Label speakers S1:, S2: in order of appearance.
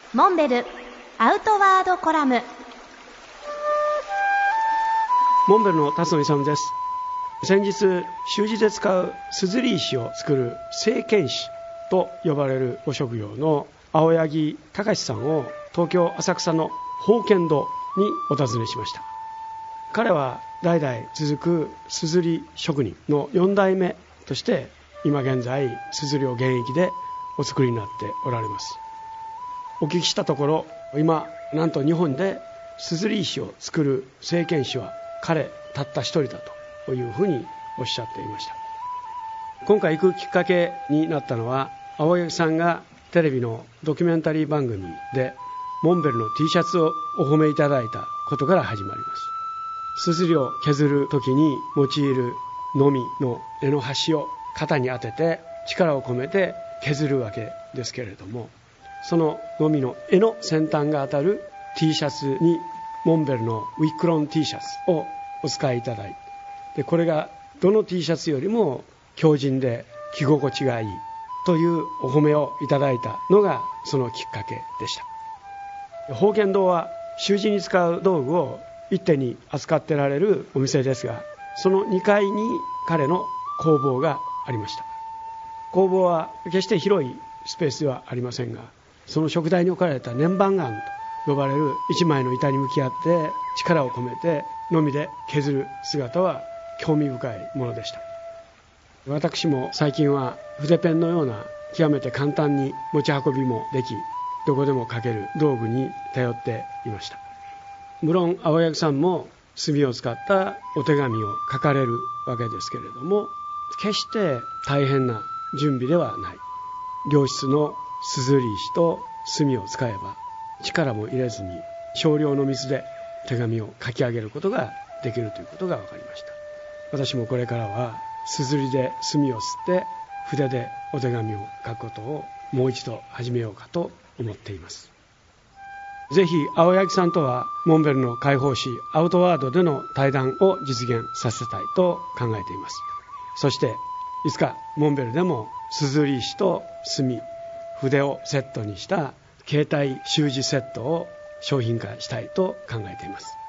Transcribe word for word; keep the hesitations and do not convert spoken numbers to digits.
S1: モンベルアウトワードコラム。
S2: モンベルの辰野勇です。先日習字で使う硯石を作る製剣師と呼ばれるご職業の青柳隆さんを東京浅草の宝剣堂にお訪ねしました。彼は代々続く硯職人のよん代目として今現在硯を現役でお作りになっておられます。お聞きしたところ、今なんと日本で硯石を作る製剣師は彼たった一人だというふうにおっしゃっていました。今回行くきっかけになったのは、青柳さんがテレビのドキュメンタリー番組でモンベルの T シャツをお褒めいただいたことから始まります。硯を削るときに用いるのみの柄の端を肩に当てて力を込めて削るわけですけれども、そののみの柄の先端が当たる T シャツにモンベルのウィックロン T シャツをお使いいただいて、でこれがどの T シャツよりも強靭で着心地がいいというお褒めをいただいたのがそのきっかけでした。宝剣堂は習字に使う道具を一手に扱ってられるお店ですが、そのにかいに彼の工房がありました。工房は決して広いスペースではありませんが、その食台に置かれた粘板岩と呼ばれる一枚の板に向き合って力を込めてのみで削る姿は興味深いものでした。私も最近は筆ペンのような極めて簡単に持ち運びもでき、どこでも書ける道具に頼っていました。無論青柳さんも墨を使ったお手紙を書かれるわけですけれども、決して大変な準備ではない。良質の硯石と墨を使えば力も入れずに少量の水で手紙を書き上げることができるということが分かりました。私もこれからは硯で墨を吸って筆でお手紙を書くことをもう一度始めようかと思っています。ぜひ青柳さんとはモンベルの開放誌アウトワードでの対談を実現させたいと考えています。そしていつかモンベルでも硯石と墨、筆をセットにした携帯習字セットを商品化したいと考えています。